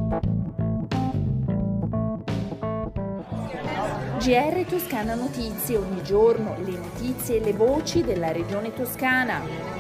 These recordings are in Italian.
GR Toscana Notizie, ogni giorno le notizie e le voci della regione toscana.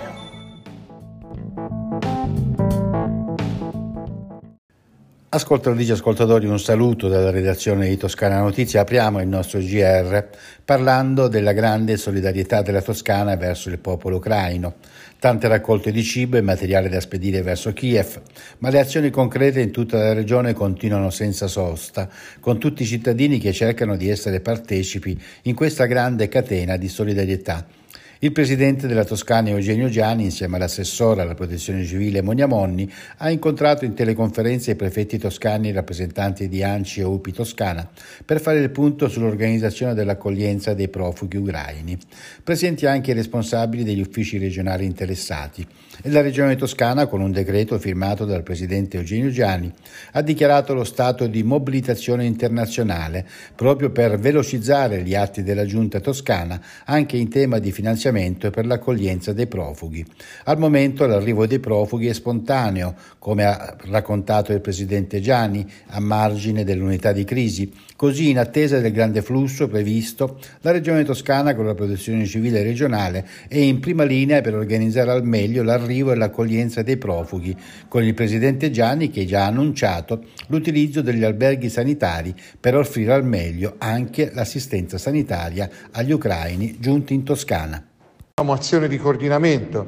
Ascoltatrici e ascoltatori, un saluto dalla redazione di Toscana Notizie. Apriamo il nostro GR parlando della grande solidarietà della Toscana verso il popolo ucraino. Tante raccolte di cibo e materiale da spedire verso Kiev, ma le azioni concrete in tutta la regione continuano senza sosta, con tutti i cittadini che cercano di essere partecipi in questa grande catena di solidarietà. Il presidente della Toscana Eugenio Giani, insieme all'assessore alla protezione civile Monia Monni, ha incontrato in teleconferenza i prefetti toscani e i rappresentanti di ANCI e UPI Toscana per fare il punto sull'organizzazione dell'accoglienza dei profughi ucraini. Presenti anche i responsabili degli uffici regionali interessati. E la regione toscana, con un decreto firmato dal presidente Eugenio Giani, ha dichiarato lo stato di mobilitazione internazionale proprio per velocizzare gli atti della giunta toscana anche in tema di finanziamento e per l'accoglienza dei profughi. Al momento l'arrivo dei profughi è spontaneo, come ha raccontato il presidente Giani, a margine dell'unità di crisi. Così, in attesa del grande flusso previsto, la regione toscana con la protezione civile regionale è in prima linea per organizzare al meglio l'arrivo e l'accoglienza dei profughi, con il presidente Giani che già ha annunciato l'utilizzo degli alberghi sanitari per offrire al meglio anche l'assistenza sanitaria agli ucraini giunti in Toscana. Azione di coordinamento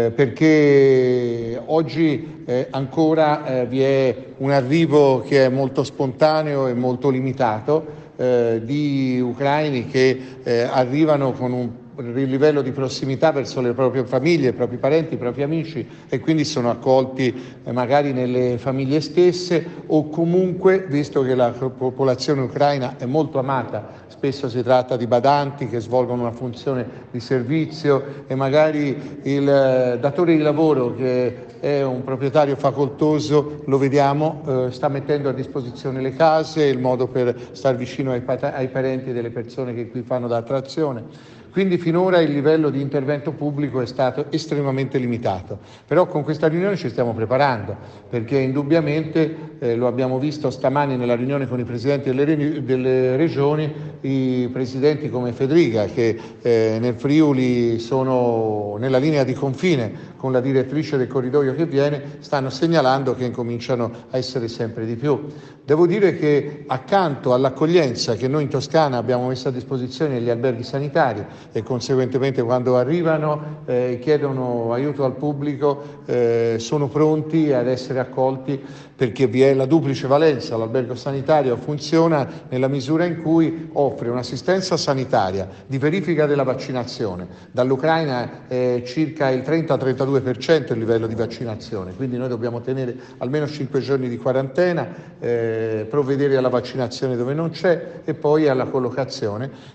perché oggi ancora vi è un arrivo che è molto spontaneo e molto limitato di ucraini che arrivano con un livello di prossimità verso le proprie famiglie, i propri parenti, i propri amici e quindi sono accolti magari nelle famiglie stesse o comunque, visto che la popolazione ucraina è molto amata, spesso si tratta di badanti che svolgono una funzione di servizio e magari il datore di lavoro che è un proprietario facoltoso, lo vediamo, sta mettendo a disposizione le case, il modo per star vicino ai parenti delle persone che qui fanno da attrazione. Quindi finora il livello di intervento pubblico è stato estremamente limitato, però con questa riunione ci stiamo preparando perché indubbiamente lo abbiamo visto stamani nella riunione con i presidenti delle regioni, i presidenti come Federica che nel Friuli sono nella linea di confine con la direttrice del corridoio che viene, stanno segnalando che incominciano a essere sempre di più. Devo dire che accanto all'accoglienza che noi in Toscana abbiamo messo a disposizione negli alberghi sanitari e conseguentemente quando arrivano chiedono aiuto al pubblico, sono pronti ad essere accolti perché vi è la duplice valenza. L'albergo sanitario funziona nella misura in cui offre un'assistenza sanitaria di verifica della vaccinazione. Dall'Ucraina è circa il 30-32% il livello di vaccinazione, quindi noi dobbiamo tenere almeno 5 giorni di quarantena, provvedere alla vaccinazione dove non c'è e poi alla collocazione.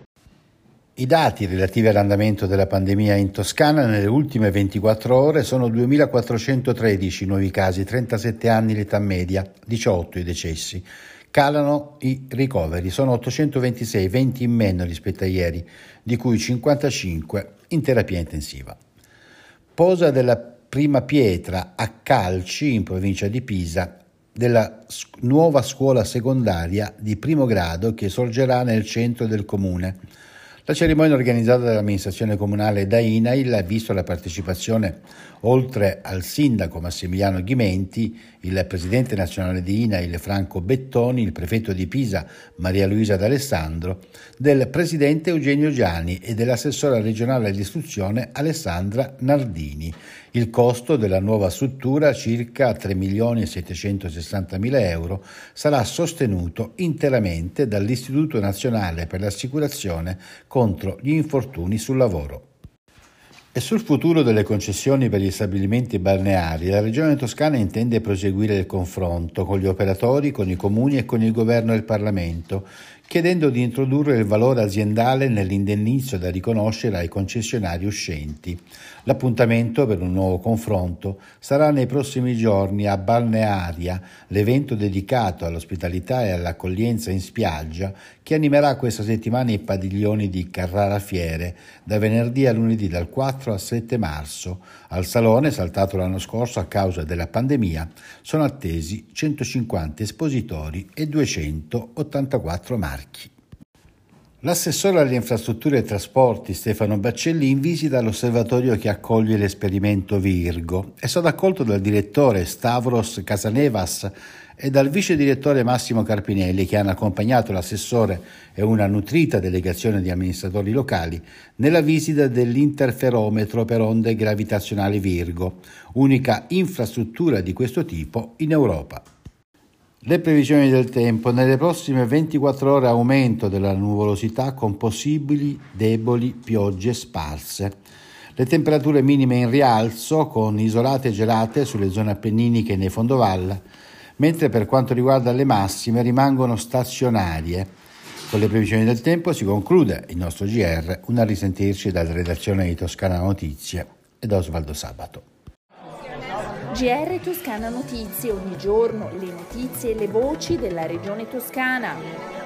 I dati relativi all'andamento della pandemia in Toscana nelle ultime 24 ore sono 2.413 nuovi casi, 37 anni l'età media, 18 i decessi. Calano i ricoveri, sono 826, 20 in meno rispetto a ieri, di cui 55 in terapia intensiva. Posa della prima pietra a Calci, in provincia di Pisa, della nuova scuola secondaria di primo grado che sorgerà nel centro del comune. La cerimonia organizzata dall'amministrazione comunale da INAIL ha visto la partecipazione, oltre al sindaco Massimiliano Ghimenti, il presidente nazionale di INAIL Franco Bettoni, il prefetto di Pisa Maria Luisa D'Alessandro, del presidente Eugenio Giani e dell'assessora regionale all'istruzione Alessandra Nardini. Il costo della nuova struttura, circa 3.760.000 euro, sarà sostenuto interamente dall'Istituto Nazionale per l'Assicurazione contro gli infortuni sul lavoro. E sul futuro delle concessioni per gli stabilimenti balneari, la Regione Toscana intende proseguire il confronto con gli operatori, con i comuni e con il governo e il Parlamento, chiedendo di introdurre il valore aziendale nell'indennizzo da riconoscere ai concessionari uscenti. L'appuntamento per un nuovo confronto sarà nei prossimi giorni a Balnearia, l'evento dedicato all'ospitalità e all'accoglienza in spiaggia che animerà questa settimana i padiglioni di Carrara Fiere da venerdì a lunedì dal 4 al 7 marzo. Al salone, saltato l'anno scorso a causa della pandemia, sono attesi 150 espositori e 284 marchi. L'assessore alle infrastrutture e trasporti Stefano Baccelli in visita all'osservatorio che accoglie l'esperimento Virgo. È stato accolto dal direttore Stavros Casanevas e dal vice direttore Massimo Carpinelli, che hanno accompagnato l'assessore e una nutrita delegazione di amministratori locali nella visita dell'interferometro per onde gravitazionali Virgo, unica infrastruttura di questo tipo in Europa. Le previsioni del tempo: nelle prossime 24 ore aumento della nuvolosità con possibili deboli piogge sparse. Le temperature minime in rialzo con isolate gelate sulle zone appenniniche e nei fondovalle, mentre per quanto riguarda le massime rimangono stazionarie. Con le previsioni del tempo si conclude il nostro GR, una risentirci dalla redazione di Toscana Notizie e da Osvaldo Sabato. GR Toscana Notizie, ogni giorno le notizie e le voci della regione toscana.